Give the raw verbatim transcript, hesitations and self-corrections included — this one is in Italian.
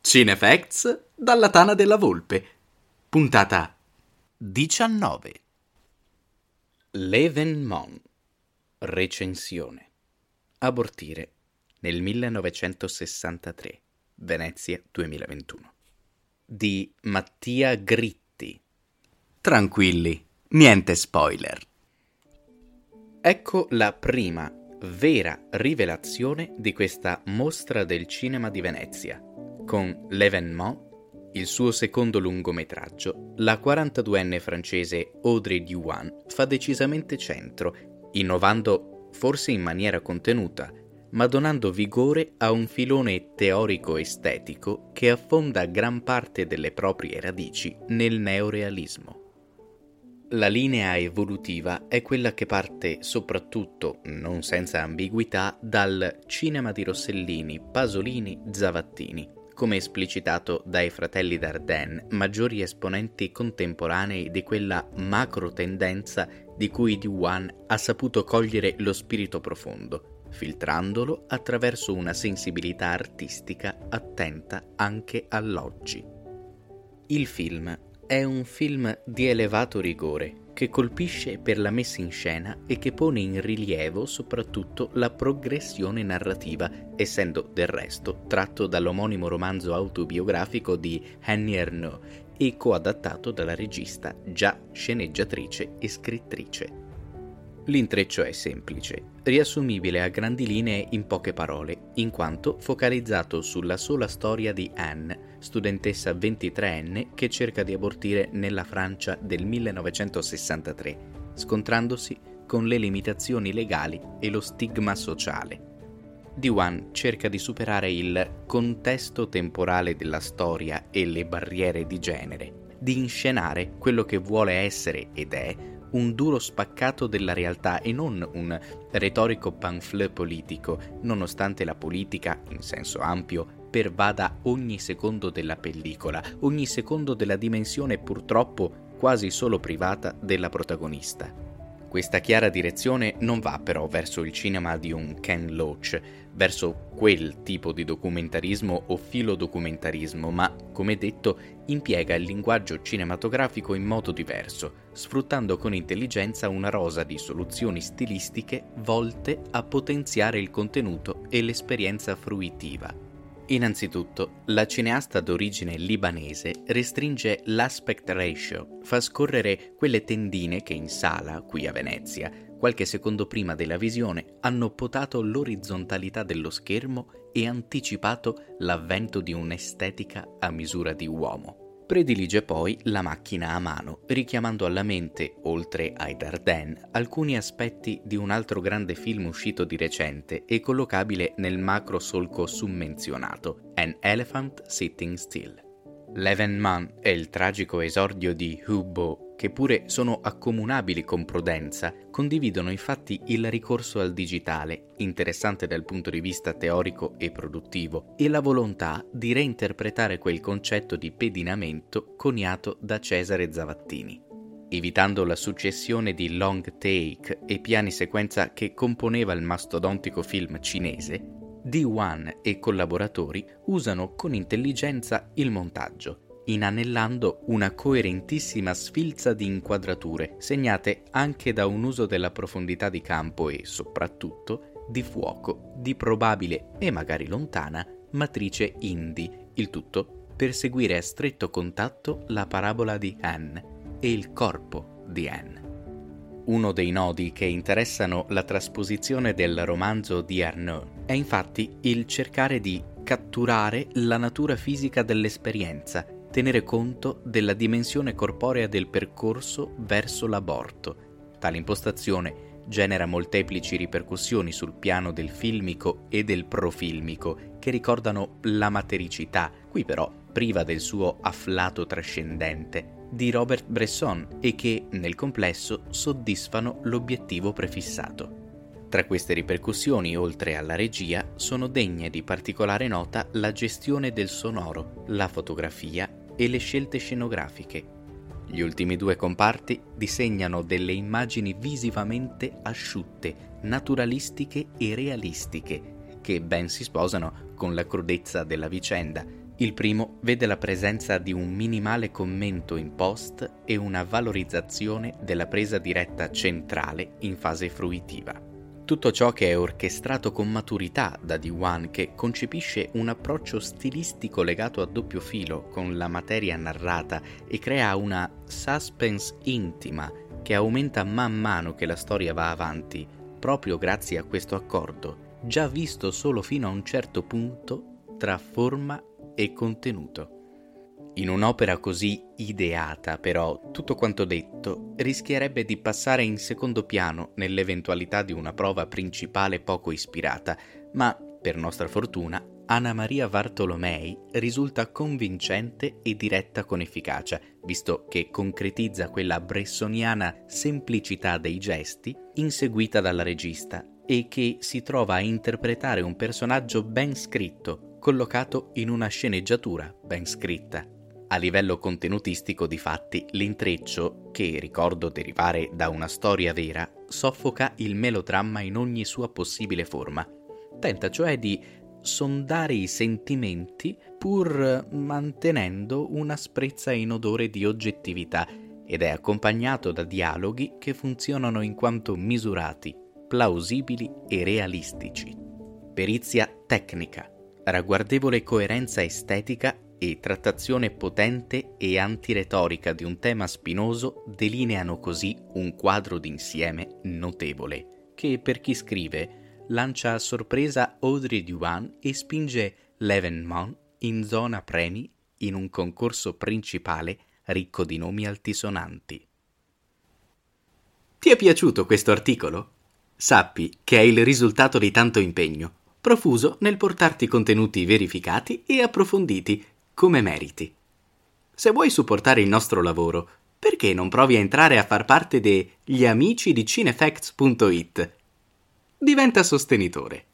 Cinefacts dalla Tana della Volpe, puntata diciannove. L'Evénement, recensione. Abortire nel millenovecentosessantatré, Venezia duemilaventuno. Di Mattia Gritti. Tranquilli, niente spoiler. Ecco la prima vera rivelazione di questa mostra del cinema di Venezia. Con L'Événement, il suo secondo lungometraggio, la quarantaduenne francese Audrey Diwan fa decisamente centro, innovando forse in maniera contenuta, ma donando vigore a un filone teorico-estetico che affonda gran parte delle proprie radici nel neorealismo. La linea evolutiva è quella che parte soprattutto, non senza ambiguità, dal cinema di Rossellini, Pasolini, Zavattini, come esplicitato dai fratelli Dardenne, maggiori esponenti contemporanei di quella macro tendenza di cui Diwan ha saputo cogliere lo spirito profondo, filtrandolo attraverso una sensibilità artistica attenta anche all'oggi. Il film è un film di elevato rigore che colpisce per la messa in scena e che pone in rilievo soprattutto la progressione narrativa, essendo del resto tratto dall'omonimo romanzo autobiografico di Annie Ernaux e coadattato dalla regista, già sceneggiatrice e scrittrice. L'intreccio è semplice, riassumibile a grandi linee in poche parole, in quanto focalizzato sulla sola storia di Anne, studentessa ventitreenne che cerca di abortire nella Francia del millenovecentosessantatré, scontrandosi con le limitazioni legali e lo stigma sociale. Diwan cerca di superare il contesto temporale della storia e le barriere di genere, di inscenare quello che vuole essere ed è un duro spaccato della realtà e non un retorico pamphlet politico, nonostante la politica, in senso ampio, pervada ogni secondo della pellicola, ogni secondo della dimensione purtroppo quasi solo privata della protagonista. Questa chiara direzione non va però verso il cinema di un Ken Loach, verso quel tipo di documentarismo o filodocumentarismo, ma, come detto, impiega il linguaggio cinematografico in modo diverso, sfruttando con intelligenza una rosa di soluzioni stilistiche volte a potenziare il contenuto e l'esperienza fruitiva. Innanzitutto, la cineasta d'origine libanese restringe l'aspect ratio, fa scorrere quelle tendine che in sala, qui a Venezia, qualche secondo prima della visione, hanno potato l'orizzontalità dello schermo e anticipato l'avvento di un'estetica a misura di uomo. Predilige poi la macchina a mano, richiamando alla mente, oltre ai Dardenne, alcuni aspetti di un altro grande film uscito di recente e collocabile nel macro solco summenzionato, An Elephant Sitting Still. L'Événement e il tragico esordio di Hubo, che pure sono accomunabili con prudenza, condividono infatti il ricorso al digitale, interessante dal punto di vista teorico e produttivo, e la volontà di reinterpretare quel concetto di pedinamento coniato da Cesare Zavattini. Evitando la successione di long take e piani sequenza che componeva il mastodontico film cinese, Diwan e collaboratori usano con intelligenza il montaggio, inanellando una coerentissima sfilza di inquadrature, segnate anche da un uso della profondità di campo e, soprattutto, di fuoco, di probabile e magari lontana matrice indie, il tutto per seguire a stretto contatto la parabola di Anne e il corpo di Anne. Uno dei nodi che interessano la trasposizione del romanzo di Ernaux è infatti il cercare di catturare la natura fisica dell'esperienza, tenere conto della dimensione corporea del percorso verso l'aborto. Tale impostazione genera molteplici ripercussioni sul piano del filmico e del profilmico che ricordano la matericità, qui però priva del suo afflato trascendente, di Robert Bresson e che, nel complesso, soddisfano l'obiettivo prefissato. Tra queste ripercussioni, oltre alla regia, sono degne di particolare nota la gestione del sonoro, la fotografia e le scelte scenografiche. Gli ultimi due comparti disegnano delle immagini visivamente asciutte, naturalistiche e realistiche, che ben si sposano con la crudezza della vicenda, Il primo vede la presenza di un minimale commento in post e una valorizzazione della presa diretta centrale in fase fruitiva. Tutto ciò che è orchestrato con maturità da Diwan, che concepisce un approccio stilistico legato a doppio filo con la materia narrata e crea una suspense intima che aumenta man mano che la storia va avanti, proprio grazie a questo accordo, già visto solo fino a un certo punto tra forma e contenuto. In un'opera così ideata, però, tutto quanto detto rischierebbe di passare in secondo piano nell'eventualità di una prova principale poco ispirata, ma, per nostra fortuna, Anna Maria Vartolomei risulta convincente e diretta con efficacia, visto che concretizza quella bressoniana semplicità dei gesti inseguita dalla regista e che si trova a interpretare un personaggio ben scritto, collocato in una sceneggiatura ben scritta. A livello contenutistico, difatti, l'intreccio, che ricordo derivare da una storia vera, soffoca il melodramma in ogni sua possibile forma. Tenta cioè di sondare i sentimenti pur mantenendo un'asprezza in odore di oggettività ed è accompagnato da dialoghi che funzionano in quanto misurati, plausibili e realistici. Perizia tecnica, ragguardevole coerenza estetica e trattazione potente e antiretorica di un tema spinoso delineano così un quadro d'insieme notevole, che per chi scrive lancia a sorpresa Audrey Diwan e spinge l'Evénement in zona premi in un concorso principale ricco di nomi altisonanti. Ti è piaciuto questo articolo? Sappi che è il risultato di tanto impegno, profuso nel portarti contenuti verificati e approfonditi, come meriti. Se vuoi supportare il nostro lavoro, perché non provi a entrare a far parte degli amici di cinefacts punto it? Diventa sostenitore.